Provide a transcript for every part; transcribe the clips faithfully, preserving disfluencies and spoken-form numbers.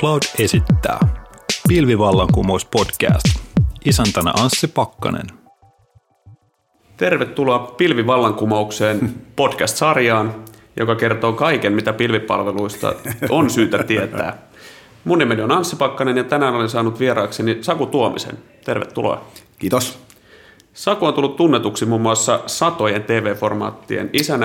SoundCloud esittää Pilvivallankumous podcast. Isäntänä Anssi Pakkanen. Tervetuloa Pilvivallankumoukseen podcast-sarjaan, joka kertoo kaiken, mitä pilvipalveluista on syytä tietää. Mun nimeni on Anssi Pakkanen ja tänään olen saanut vieraakseni Saku Tuomisen. Tervetuloa. Kiitos. Saku on tullut tunnetuksi muun muassa satojen T V-formaattien isänä,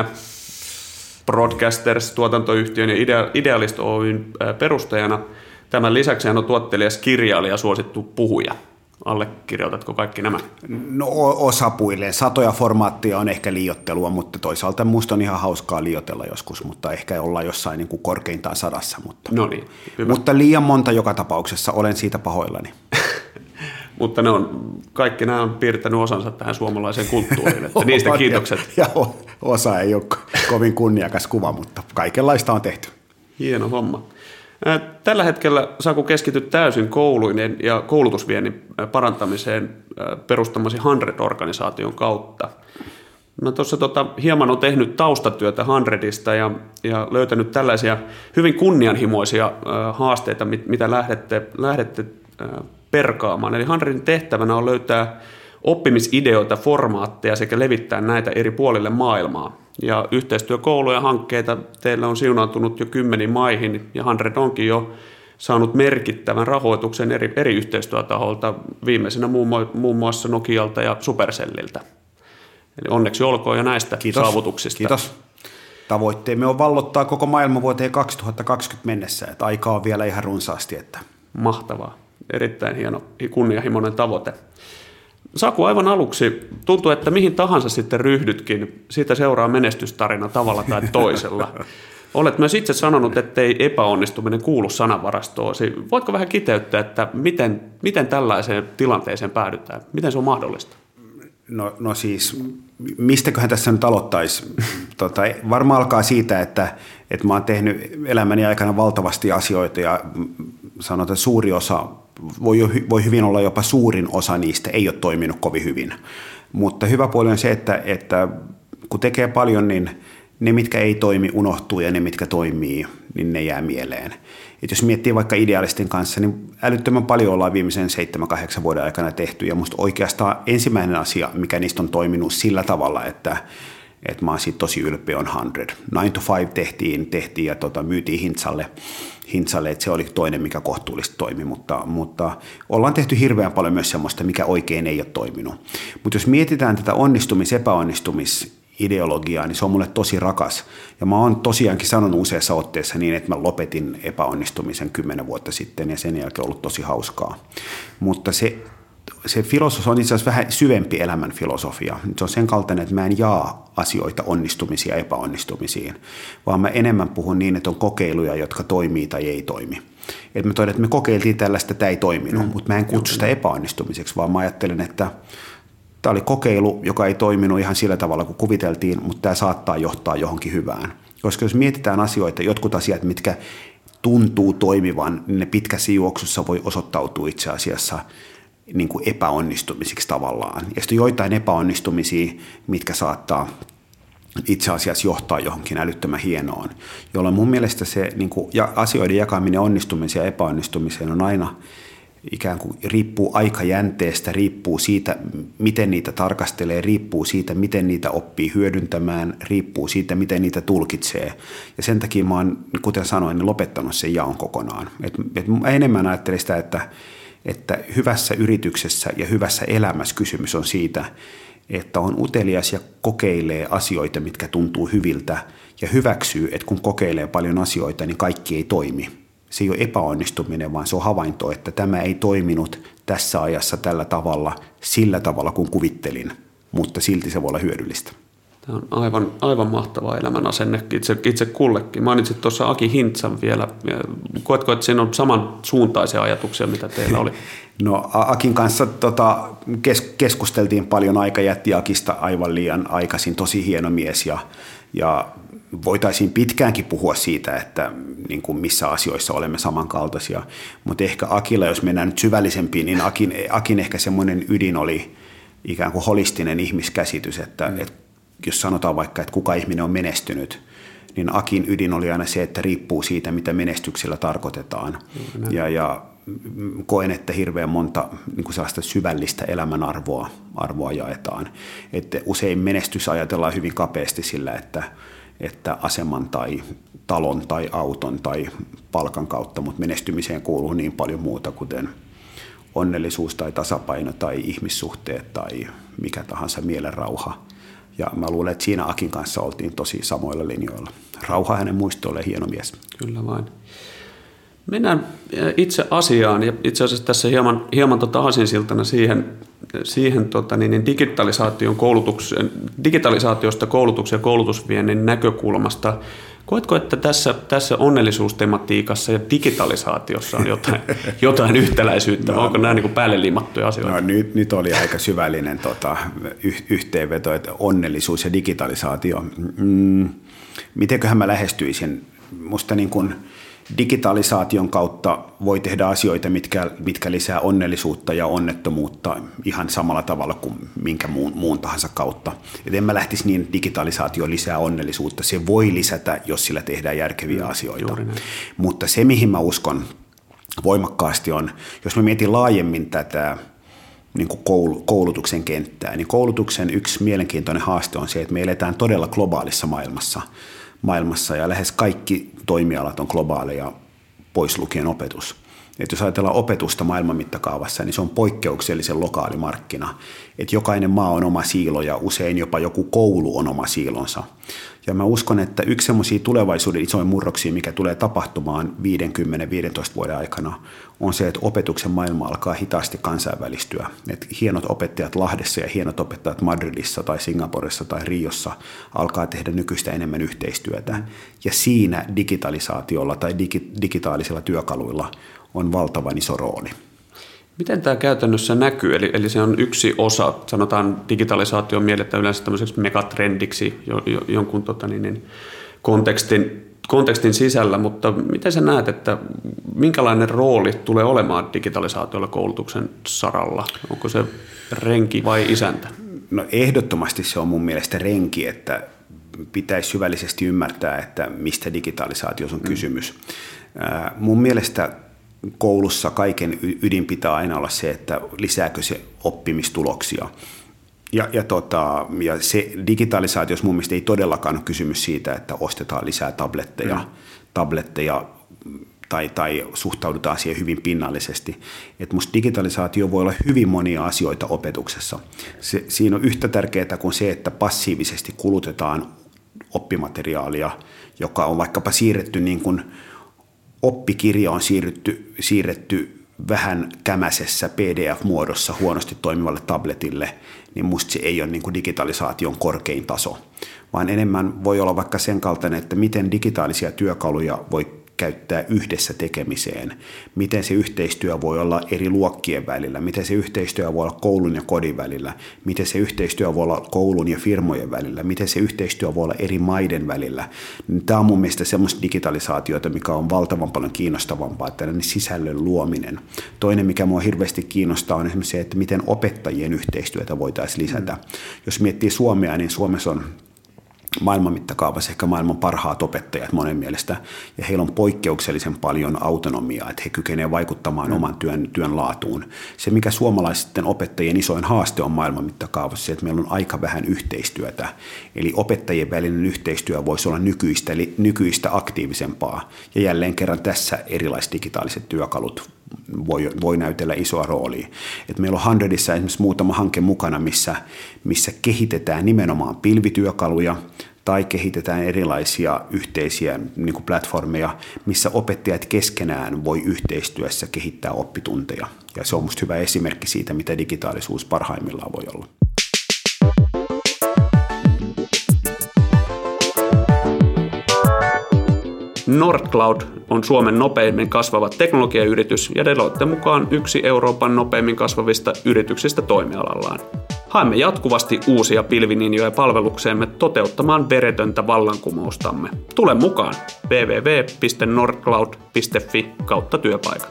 Broadcasters tuotantoyhtiön ja Idealist Oyn perustajana. Tämän lisäksi hän on tuottelijas, kirjailija ja suosittu puhuja. Allekirjoitatko kaikki nämä? No osapuilleen. Satoja formaattia on ehkä liioittelua, mutta toisaalta musta on ihan hauskaa liioitella joskus, mutta ehkä ollaan jossain niin kuin korkeintaan sadassa. Mutta, no niin, hyvä. Mutta liian monta joka tapauksessa, olen siitä pahoillani. Mutta ne on, kaikki nämä on piirtänyt osansa tähän suomalaiseen kulttuuriin, että niistä kiitokset. Ja, ja osa ei ole kovin kunniakas kuva, mutta kaikenlaista on tehty. Hieno homma. Tällä hetkellä Saku keskityt täysin kouluinen ja koulutusviennin parantamiseen perustamasi Hundred-organisaation kautta. Mä tuossa tota, hieman on tehnyt taustatyötä Hundredista ja, ja löytänyt tällaisia hyvin kunnianhimoisia äh, haasteita, mit, mitä lähdette, lähdette äh, perkaamaan. Eli Hundredin tehtävänä on löytää oppimisideoita, formaatteja sekä levittää näitä eri puolille maailmaa. Ja yhteistyökouluja ja hankkeita teillä on siunaantunut jo kymmeniin maihin, ja Hundred onkin jo saanut merkittävän rahoituksen eri, eri yhteistyötaholta, viimeisenä muun, muun muassa Nokialta ja Supercelliltä. Eli onneksi olkoon jo näistä Kiitos. saavutuksista. Kiitos. Tavoitteemme on vallottaa koko maailma vuoteen kaksituhattakaksikymmentä mennessä, että aikaa on vielä ihan runsaasti. Että... Mahtavaa. Erittäin hieno, kunnianhimoinen tavoite. Saku, aivan aluksi tuntuu, että mihin tahansa sitten ryhdytkin, siitä seuraa menestystarina tavalla tai toisella. Olet myös itse sanonut, ettei epäonnistuminen kuulu sananvarastoosi. Voitko vähän kiteyttää, että miten, miten tällaiseen tilanteeseen päädytään? Miten se on mahdollista? No, no siis, mistäköhän tässä nyt aloittaisi? Tota, varmaan alkaa siitä, että, että mä oon tehnyt elämäni aikana valtavasti asioita ja sanotaan, että suuri osa, voi, voi hyvin olla jopa suurin osa niistä ei ole toiminut kovin hyvin. Mutta hyvä puoli on se, että, että kun tekee paljon, niin ne, mitkä ei toimi, unohtuu ja ne, mitkä toimii, niin ne jää mieleen. Et jos miettii vaikka Idealistin kanssa, niin älyttömän paljon ollaan viimeisen seitsemän kahdeksan vuoden aikana tehty. Ja musta oikeastaan ensimmäinen asia, mikä niistä on toiminut sillä tavalla, että, että mä oon siitä tosi ylpeä, on Hundred. nine to five tehtiin, tehtiin ja tota, myytiin Hintsalle, Hintsalle, että se oli toinen, mikä kohtuullisesti toimi. Mutta, mutta ollaan tehty hirveän paljon myös semmoista, mikä oikein ei ole toiminut. Mutta jos mietitään tätä onnistumis-, epäonnistumis- ideologiaa, niin se on mulle tosi rakas. Ja mä oon tosiaankin sanonut useassa otteessa niin, että mä lopetin epäonnistumisen kymmenen vuotta sitten ja sen jälkeen ollut tosi hauskaa. Mutta se, se filosofia on itse asiassa vähän syvempi elämän filosofia. Se on sen kaltainen, että mä en jaa asioita onnistumisia ja epäonnistumisiin, vaan mä enemmän puhun niin, että on kokeiluja, jotka toimii tai ei toimi. Että mä toivon, että me kokeiltiin tällaista, tämä ei toiminut, mm. mutta mä en kutsu sitä epäonnistumiseksi, vaan mä ajattelen, että tämä oli kokeilu, joka ei toiminut ihan sillä tavalla kuin kuviteltiin, mutta tämä saattaa johtaa johonkin hyvään. Koska jos mietitään asioita, jotkut asiat, mitkä tuntuu toimivan, niin ne pitkässä juoksussa voi osoittautua itse asiassa niin kuin epäonnistumisiksi tavallaan. Ja sitten joitain epäonnistumisia, mitkä saattaa itse asiassa johtaa johonkin älyttömän hienoon, jolloin mun mielestä se niin kuin, ja asioiden jakaminen onnistumiseen ja epäonnistumiseen on aina ikään kuin riippuu aikajänteestä, riippuu siitä, miten niitä tarkastelee, riippuu siitä, miten niitä oppii hyödyntämään, riippuu siitä, miten niitä tulkitsee. Ja sen takia mä oon, kuten sanoin, niin lopettanut sen jaon kokonaan. Et, et mä enemmän ajattelin sitä, että, että hyvässä yrityksessä ja hyvässä elämässä kysymys on siitä, että on utelias ja kokeilee asioita, mitkä tuntuu hyviltä ja hyväksyy, että kun kokeilee paljon asioita, niin kaikki ei toimi. Se ei ole epäonnistuminen, vaan se on havainto, että tämä ei toiminut tässä ajassa tällä tavalla, sillä tavalla kuin kuvittelin, mutta silti se voi olla hyödyllistä. Tämä on aivan, aivan mahtava elämän asenne itse, itse kullekin. Mainitsit tuossa Aki Hintsan vielä. Koetko, että siinä on samansuuntaisia ajatuksia, mitä teillä oli? No Akin kanssa tota, kes, keskusteltiin paljon, aika jätti Akista aivan liian aikaisin, tosi hieno mies ja, ja voitaisiin pitkäänkin puhua siitä, että niin kuin missä asioissa olemme samankaltaisia, mutta ehkä Akilla, jos mennään nyt syvällisempiin, niin Akin, Akin ehkä semmoinen ydin oli ikään kuin holistinen ihmiskäsitys, että, että jos sanotaan vaikka, että kuka ihminen on menestynyt, niin Akin ydin oli aina se, että riippuu siitä, mitä menestyksellä tarkoitetaan. Mm-hmm. Ja, ja koen, että hirveän monta niin kuin sellaista syvällistä elämänarvoa arvoa jaetaan. Että usein menestys ajatellaan hyvin kapeasti sillä, että, että aseman tai talon tai auton tai palkan kautta, mutta menestymiseen kuuluu niin paljon muuta, kuten onnellisuus tai tasapaino tai ihmissuhteet tai mikä tahansa mielenrauha. Ja mä luulen, että siinä Akin kanssa oltiin tosi samoilla linjoilla. Rauha hänen muistolleen, hieno mies. Kyllä vain. Mennään itse asiaan ja itse asiassa tässä hieman, hieman tota aasinsiltana siihen, siihen tota niin, digitalisaation koulutuksen, digitalisaatiosta koulutuksen ja koulutusviennin näkökulmasta. Koetko, että tässä, tässä onnellisuustematiikassa ja digitalisaatiossa on jotain, jotain yhtäläisyyttä? No, onko nämä niin kuin päälle liimattuja asioita? No, nyt, nyt oli aika syvällinen tota, yh, yhteenveto, että onnellisuus ja digitalisaatio. Mm, mitenköhän mä lähestyisin? Musta niin kuin digitalisaation kautta voi tehdä asioita, mitkä, mitkä lisää onnellisuutta ja onnettomuutta ihan samalla tavalla kuin minkä muun, muun tahansa kautta. Et en mä lähtisi niin, digitalisaatio lisää onnellisuutta. Se voi lisätä, jos sillä tehdään järkeviä mm, asioita. Mutta se, mihin mä uskon voimakkaasti on, jos mä mietin laajemmin tätä niin kuin koulutuksen kenttää, niin koulutuksen yksi mielenkiintoinen haaste on se, että me eletään todella globaalissa maailmassa. maailmassa ja lähes kaikki toimialat on globaaleja, pois lukien opetus. Et jos ajatellaan opetusta maailman mittakaavassa, niin se on poikkeuksellisen lokaali markkina. Et jokainen maa on oma siilo ja usein jopa joku koulu on oma siilonsa. Ja mä uskon, että yksi semmoisia tulevaisuuden isoin murroksia, mikä tulee tapahtumaan viisikymmentä viisitoista vuoden aikana, on se, että opetuksen maailma alkaa hitaasti kansainvälistyä. Et hienot opettajat Lahdessa ja hienot opettajat Madridissa tai Singaporessa tai Riossa alkaa tehdä nykyistä enemmän yhteistyötä. Ja siinä digitalisaatiolla tai digi- digitaalisilla työkaluilla on valtavan iso rooli. Miten tämä käytännössä näkyy? Eli, eli se on yksi osa, sanotaan digitalisaatio mielletään yleensä tämmöiseksi megatrendiksi jo, jo, jonkun tota niin, niin, kontekstin, kontekstin sisällä, mutta miten sä näet, että minkälainen rooli tulee olemaan digitalisaatiolla koulutuksen saralla? Onko se renki vai isäntä? No ehdottomasti se on mun mielestä renki, että pitäisi syvällisesti ymmärtää, että mistä digitalisaatiossa on mm. kysymys. Äh, mun mielestä koulussa kaiken ydin pitää aina olla se, että lisääkö se oppimistuloksia. Ja, ja, tota, ja se digitalisaatiossa mun mielestä ei todellakaan ole kysymys siitä, että ostetaan lisää tabletteja, mm. tabletteja tai, tai suhtaudutaan siihen hyvin pinnallisesti. Et musta digitalisaatio voi olla hyvin monia asioita opetuksessa. Se, siinä on yhtä tärkeää kuin se, että passiivisesti kulutetaan oppimateriaalia, joka on vaikkapa siirretty niin kuin oppikirja on siirretty, siirretty vähän kämäsessä P D F-muodossa huonosti toimivalle tabletille, niin musta se ei ole niin kuin digitalisaation korkein taso, vaan enemmän voi olla vaikka sen kaltainen, että miten digitaalisia työkaluja voi käyttää yhdessä tekemiseen, miten se yhteistyö voi olla eri luokkien välillä, miten se yhteistyö voi olla koulun ja kodin välillä, miten se yhteistyö voi olla koulun ja firmojen välillä, miten se yhteistyö voi olla eri maiden välillä. Tämä on mun mielestä semmoista digitalisaatiota, mikä on valtavan paljon kiinnostavampaa, tällainen sisällön luominen. Toinen, mikä mua hirveästi kiinnostaa, on esimerkiksi se, että miten opettajien yhteistyötä voitaisiin lisätä. Mm. Jos miettii Suomea, niin Suomessa on maailman mittakaavassa ehkä maailman parhaat opettajat monen mielestä, ja heillä on poikkeuksellisen paljon autonomiaa, että he kykenevät vaikuttamaan mm. oman työn, työn laatuun. Se, mikä suomalaisten opettajien isoin haaste on maailman mittakaavassa, se, että meillä on aika vähän yhteistyötä, eli opettajien välinen yhteistyö voisi olla nykyistä, eli nykyistä aktiivisempaa, ja jälleen kerran tässä erilaiset digitaaliset työkalut voi, voi näytellä isoa roolia. Et meillä on Hundredissa esimerkiksi muutama hanke mukana, missä, missä kehitetään nimenomaan pilvityökaluja tai kehitetään erilaisia yhteisiä niin kuin platformeja, missä opettajat keskenään voi yhteistyössä kehittää oppitunteja. Ja se on musta hyvä esimerkki siitä, mitä digitaalisuus parhaimmillaan voi olla. Nordcloud on Suomen nopeimmin kasvava teknologiayritys ja Deloitten mukaan yksi Euroopan nopeimmin kasvavista yrityksistä toimialallaan. Haemme jatkuvasti uusia pilvilinjoja palvelukseemme toteuttamaan veretöntä vallankumoustamme. Tule mukaan double-u double-u double-u piste nordcloud piste f i kautta työpaikat.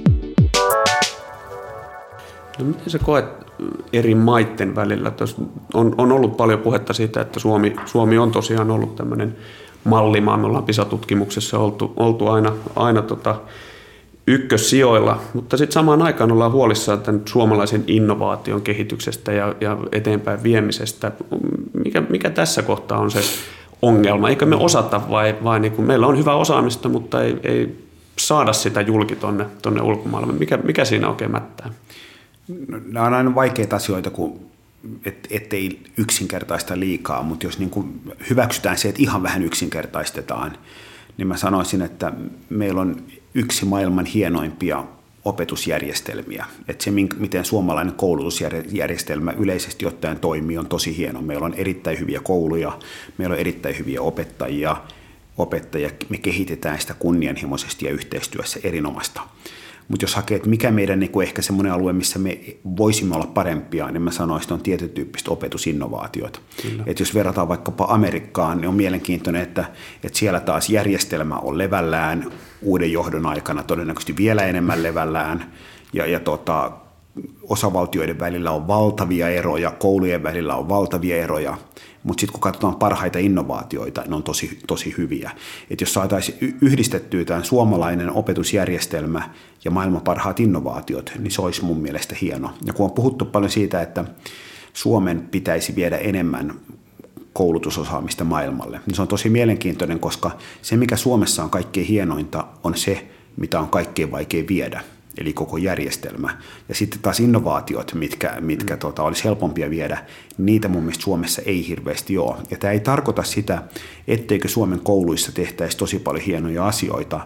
No, miten sä koet eri maiden välillä? On, on ollut paljon puhetta siitä, että Suomi, Suomi on tosiaan ollut tämmöinen mallimaa. Me ollaan PISA-tutkimuksessa oltu, oltu aina, aina tota ykkössijoilla, mutta sitten samaan aikaan ollaan huolissaan tämän suomalaisen innovaation kehityksestä ja, ja eteenpäin viemisestä. Mikä, mikä tässä kohtaa on se ongelma? Eikö me osata vai, vai niin kuin meillä on hyvä osaamista, mutta ei, ei saada sitä julki tonne, tonne ulkomaailmalle? Mikä, mikä siinä oikein mättää? No, nämä on aina vaikeita asioita, kun et, ettei yksinkertaista liikaa, mutta jos niin kuin hyväksytään se, että ihan vähän yksinkertaistetaan, niin mä sanoisin, että meillä on yksi maailman hienoimpia opetusjärjestelmiä. Että se, miten suomalainen koulutusjärjestelmä yleisesti ottaen toimii, on tosi hieno. Meillä on erittäin hyviä kouluja, meillä on erittäin hyviä opettajia, opettajia. Me kehitetään sitä kunnianhimoisesti ja yhteistyössä erinomaista. Mutta jos hakee, että mikä meidän niin kuin ehkä semmoinen alue, missä me voisimme olla parempia, niin mä sanoisin, että on tietyn tyyppistä opetusinnovaatioita. Että jos verrataan vaikkapa Amerikkaan, niin on mielenkiintoinen, että, että siellä taas järjestelmä on levällään uuden johdon aikana, todennäköisesti vielä enemmän levällään, ja, ja tota, osavaltioiden välillä on valtavia eroja, koulujen välillä on valtavia eroja, mutta sitten kun katsotaan parhaita innovaatioita, ne on tosi, tosi hyviä. Et jos saataisiin yhdistettyä tämän suomalainen opetusjärjestelmä ja maailman parhaat innovaatiot, niin se olisi mun mielestä hieno. Ja kun on puhuttu paljon siitä, että Suomen pitäisi viedä enemmän koulutusosaamista maailmalle, niin se on tosi mielenkiintoinen, koska se, mikä Suomessa on kaikkein hienointa, on se, mitä on kaikkein vaikea viedä. Eli koko järjestelmä. Ja sitten taas innovaatiot, mitkä, mitkä mm. tota, olisi helpompia viedä, niitä mun mielestä Suomessa ei hirveästi ole. Ja tämä ei tarkoita sitä, etteikö Suomen kouluissa tehtäisi tosi paljon hienoja asioita.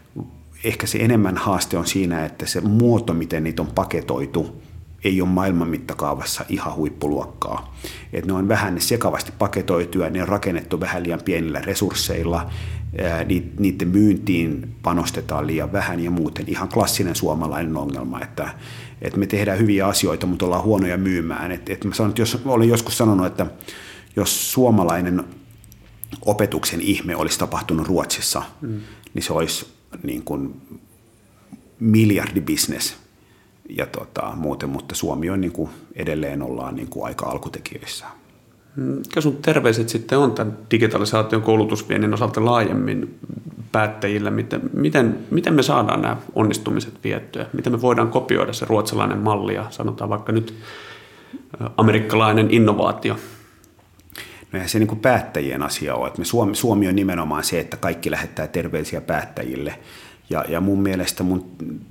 Ehkä se enemmän haaste on siinä, että se muoto, miten niitä on paketoitu, ei ole maailman mittakaavassa ihan huippuluokkaa. Et ne on vähän sekavasti paketoituja, ne on rakennettu vähän liian pienillä resursseilla, niiden myyntiin panostetaan liian vähän ja muuten ihan klassinen suomalainen ongelma, että, että me tehdään hyviä asioita, mutta ollaan huonoja myymään. Et, et mä sanon, että jos, olen joskus sanonut, että jos suomalainen opetuksen ihme olisi tapahtunut Ruotsissa, mm. niin se olisi niin kuin miljardibisnes ja tota, muuten, mutta Suomi on niin kuin edelleen ollaan niin kuin aika alkutekijöissä. Mikä sun terveiset sitten on tämän digitalisaation koulutusviennin osalta laajemmin päättäjillä? Miten, miten, miten me saadaan nämä onnistumiset viettyä? Miten me voidaan kopioida se ruotsalainen malli ja sanotaan vaikka nyt amerikkalainen innovaatio? No eihän se niin kuin päättäjien asia ole. Että me Suomi, Suomi on nimenomaan se, että kaikki lähettää terveisiä päättäjille. Ja, ja mun mielestä mun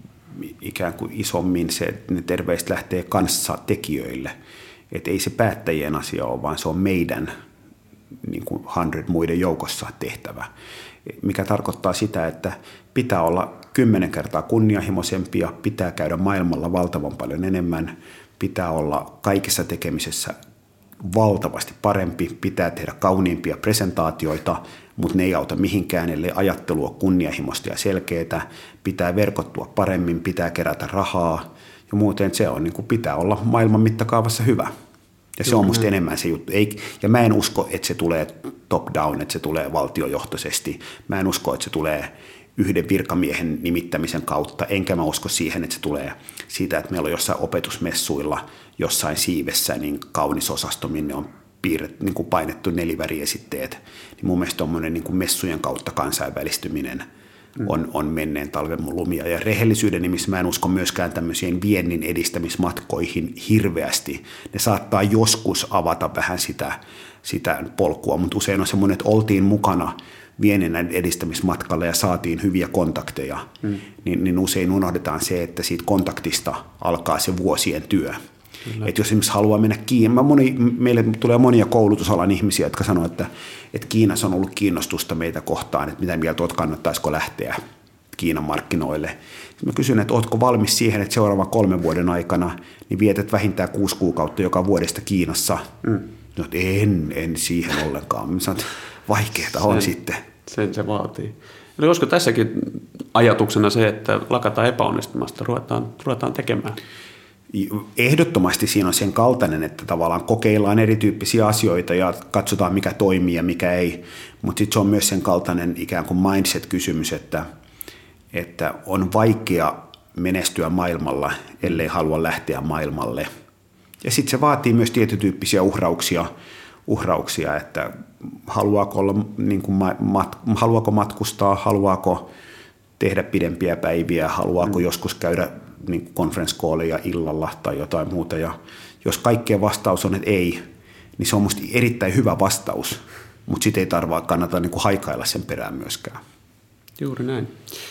ikään kuin isommin se, että ne terveiset lähtee kanssatekijöille. Että ei se päättäjien asia ole, vaan se on meidän niin kuin hundred muiden joukossa tehtävä. Mikä tarkoittaa sitä, että pitää olla kymmenen kertaa kunnianhimoisempia, pitää käydä maailmalla valtavan paljon enemmän, pitää olla kaikessa tekemisessä valtavasti parempi, pitää tehdä kauniimpia presentaatioita, mutta ne ei auta mihinkään, ellei ajattelu ole kunnianhimoista ja selkeää, pitää verkottua paremmin, pitää kerätä rahaa, ja muuten se on, niin kuin pitää olla maailman mittakaavassa hyvä. Ja se on musta enemmän se juttu. Ei, ja mä en usko, että se tulee top down, että se tulee valtiojohtoisesti. Mä en usko, että se tulee yhden virkamiehen nimittämisen kautta. Enkä mä usko siihen, että se tulee siitä, että meillä on jossain opetusmessuilla, jossain siivessä, niin kaunis osasto, minne on piirret, niin kuin painettu neliväriesitteet. Niin mun mielestä tommoinen niin kuin messujen kautta kansainvälistyminen On, on menneen talven lumia. Ja rehellisyyden nimissä mä en usko myöskään tämmöisiin viennin edistämismatkoihin hirveästi. Ne saattaa joskus avata vähän sitä, sitä polkua, mutta usein on semmoinen, että oltiin mukana viennin edistämismatkalla ja saatiin hyviä kontakteja, mm. niin, niin usein unohdetaan se, että siitä kontaktista alkaa se vuosien työ. Että jos esimerkiksi haluaa mennä Kiinaan, moni, meille tulee monia koulutusalan ihmisiä, jotka sanoo, että, että Kiinassa on ollut kiinnostusta meitä kohtaan, että mitä mieltä olet, kannattaisiko lähteä Kiinan markkinoille. Sitten mä kysyn, että oletko valmis siihen, että seuraavan kolmen vuoden aikana niin vietät vähintään kuusi kuukautta joka vuodesta Kiinassa. Mm. No, en, en siihen ollenkaan. Mä sanon, että vaikeaa on se, sitten. Sen se vaatii. Eli olisiko tässäkin ajatuksena se, että lakataan epäonnistumasta, ruvetaan, ruvetaan tekemään? Ehdottomasti siinä on sen kaltainen, että tavallaan kokeillaan erityyppisiä asioita ja katsotaan mikä toimii ja mikä ei, mutta sitten se on myös sen kaltainen ikään kuin mindset-kysymys, että, että on vaikea menestyä maailmalla, ellei halua lähteä maailmalle. Ja sitten se vaatii myös tietytyyppisiä uhrauksia, uhrauksia että haluaako, olla, niin kuin mat, haluaako matkustaa, haluaako tehdä pidempiä päiviä, haluaako mm. joskus käydä niin conference callia illalla tai jotain muuta. Ja jos kaikkeen vastaus on, että ei, niin se on musta erittäin hyvä vastaus, mutta sitten ei tarvitse kannata niin kuin haikailla sen perään myöskään. Juuri näin.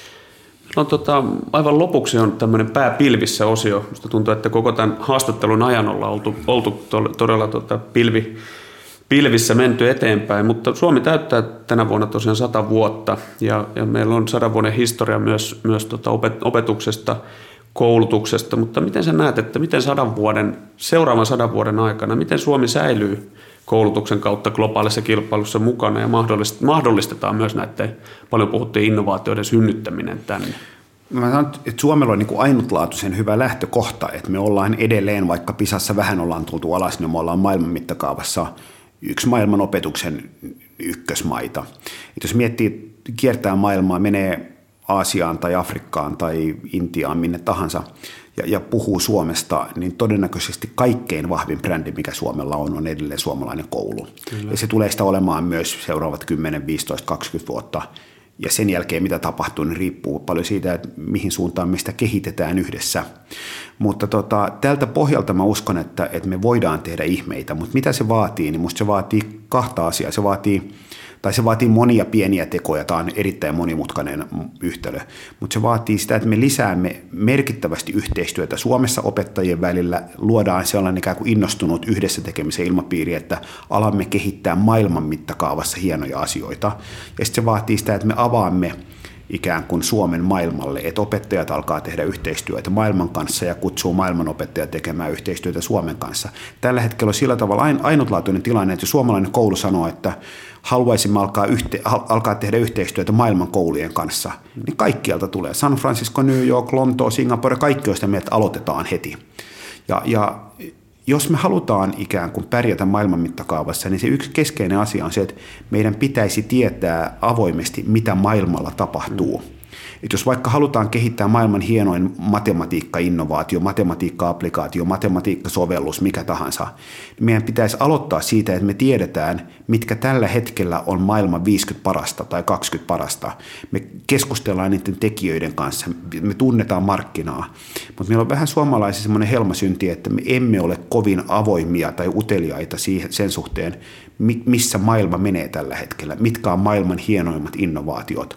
No, tota, aivan lopuksi on tämmöinen pääpilvissä osio. Minusta tuntuu, että koko tämän haastattelun ajan ollaan oltu, oltu to, todella tota, pilvi, pilvissä menty eteenpäin, mutta Suomi täyttää tänä vuonna tosiaan sata vuotta ja, ja meillä on sadan vuoden historia myös, myös tota opet, opetuksesta, koulutuksesta, mutta miten sä näet, että miten sadan vuoden, seuraavan sadan vuoden aikana, miten Suomi säilyy koulutuksen kautta globaalissa kilpailussa mukana ja mahdollistetaan myös näiden, paljon puhuttiin innovaatioiden synnyttäminen tänne? Mä sanon, että Suomella on niin kuin ainutlaatuisen hyvä lähtökohta, että me ollaan edelleen, vaikka Pisassa vähän ollaan tultu alas, niin me ollaan maailman mittakaavassa yksi maailman opetuksen ykkösmaita. Et jos miettii, kiertää maailmaa, menee Aasiaan tai Afrikkaan tai Intiaan, minne tahansa, ja, ja puhuu Suomesta, niin todennäköisesti kaikkein vahvin brändi, mikä Suomella on, on edelleen suomalainen koulu. Kyllä. Ja se tulee sitä olemaan myös seuraavat kymmenen, viisitoista, kaksikymmentä vuotta. Ja sen jälkeen, mitä tapahtuu, niin riippuu paljon siitä, että mihin suuntaan me sitä kehitetään yhdessä. Mutta tota, tältä pohjalta mä uskon, että, että me voidaan tehdä ihmeitä, mutta mitä se vaatii, niin musta se vaatii kahta asiaa. Se vaatii Tai se vaatii monia pieniä tekoja, tämä on erittäin monimutkainen yhtälö, mutta se vaatii sitä, että me lisäämme merkittävästi yhteistyötä Suomessa opettajien välillä, luodaan sellainen ikään kuin innostunut yhdessä tekemisen ilmapiiri, että alamme kehittää maailman mittakaavassa hienoja asioita, ja sitten se vaatii sitä, että me avaamme ikään kuin Suomen maailmalle, että opettajat alkaa tehdä yhteistyötä maailman kanssa ja kutsuu maailmanopettajat tekemään yhteistyötä Suomen kanssa. Tällä hetkellä on sillä tavalla ainutlaatuinen tilanne, että jos suomalainen koulu sanoo, että haluaisimme alkaa, yhte, alkaa tehdä yhteistyötä maailman koulujen kanssa, niin kaikkialta tulee. San Francisco, New York, Lontoo, Singapore, kaikki on sitä mieltä, että aloitetaan heti. Ja, ja jos me halutaan ikään kuin pärjätä maailman mittakaavassa, niin se yksi keskeinen asia on se, että meidän pitäisi tietää avoimesti, mitä maailmalla tapahtuu. Mm. Et jos vaikka halutaan kehittää maailman hienoin matematiikka-innovaatio, matematiikka-applikaatio, matematiikka-sovellus, mikä tahansa, niin meidän pitäisi aloittaa siitä, että me tiedetään, mitkä tällä hetkellä on maailman viisikymmentä parasta tai kaksikymmentä parasta. Me keskustellaan niiden tekijöiden kanssa, me tunnetaan markkinaa, mutta meillä on vähän suomalaisissa semmoinen helmasynti, että me emme ole kovin avoimia tai uteliaita sen suhteen, missä maailma menee tällä hetkellä, mitkä on maailman hienoimmat innovaatiot.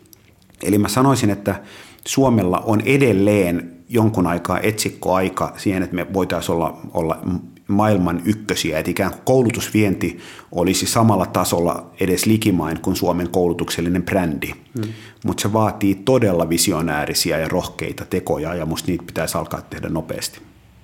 Eli mä sanoisin, että Suomella on edelleen jonkun aikaa etsikkoaika siihen, että me voitaisiin olla, olla maailman ykkösiä, että ikään kuin koulutusvienti olisi samalla tasolla edes likimain kuin Suomen koulutuksellinen brändi, hmm. mutta se vaatii todella visionäärisiä ja rohkeita tekoja, ja musta niitä pitäisi alkaa tehdä nopeasti.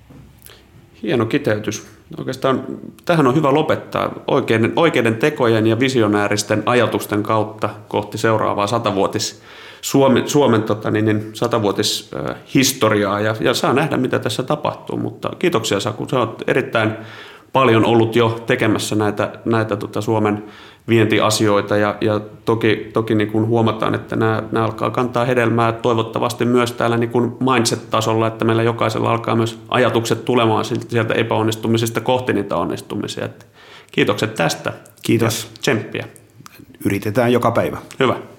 Hieno kiteytys. Oikeastaan tähän on hyvä lopettaa oikeiden, oikeiden tekojen ja visionääristen ajatusten kautta kohti seuraavaa satavuotis Suomen, Suomen tota, niin, niin, satavuotishistoriaa ja, ja saa nähdä, mitä tässä tapahtuu. Mutta kiitoksia Saku, sä oot erittäin paljon ollut jo tekemässä näitä, näitä tota, Suomen vientiasioita ja, ja toki, toki niin kuin huomataan, että nämä, nämä alkaa kantaa hedelmää toivottavasti myös täällä niin kuin mindset-tasolla, että meillä jokaisella alkaa myös ajatukset tulemaan sieltä epäonnistumisesta kohti niitä onnistumisia. Että kiitokset tästä. Kiitos. Tsemppiä. Yritetään joka päivä. Hyvä.